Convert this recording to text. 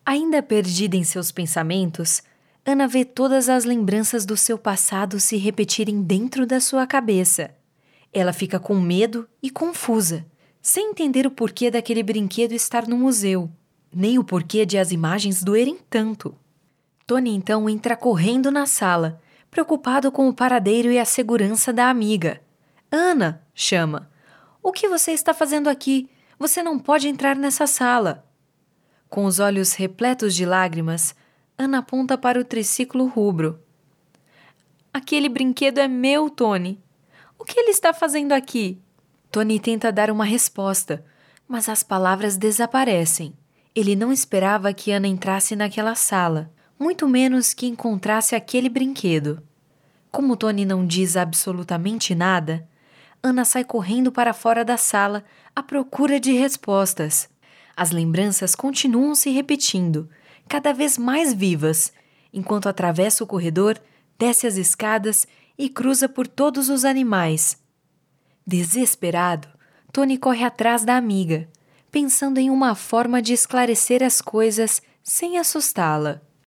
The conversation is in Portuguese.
Ainda perdida em seus pensamentos, Ana vê todas as lembranças do seu passado se repetirem dentro da sua cabeça. Ela fica com medo e confusa, sem entender o porquê daquele brinquedo estar no museu, nem o porquê de as imagens doerem tanto. Tony então entra correndo na sala, preocupado com o paradeiro e a segurança da amiga. Ana, chama. O que você está fazendo aqui? Você não pode entrar nessa sala. Com os olhos repletos de lágrimas, Ana aponta para o triciclo rubro. Aquele brinquedo é meu, Tony. O que ele está fazendo aqui? Tony tenta dar uma resposta, mas as palavras desaparecem. Ele não esperava que Ana entrasse naquela sala, muito menos que encontrasse aquele brinquedo. Como Tony não diz absolutamente nada, Ana sai correndo para fora da sala à procura de respostas. As lembranças continuam se repetindo, cada vez mais vivas, enquanto atravessa o corredor, desce as escadas e cruza por todos os animais. Desesperado, Tony corre atrás da amiga, pensando em uma forma de esclarecer as coisas sem assustá-la.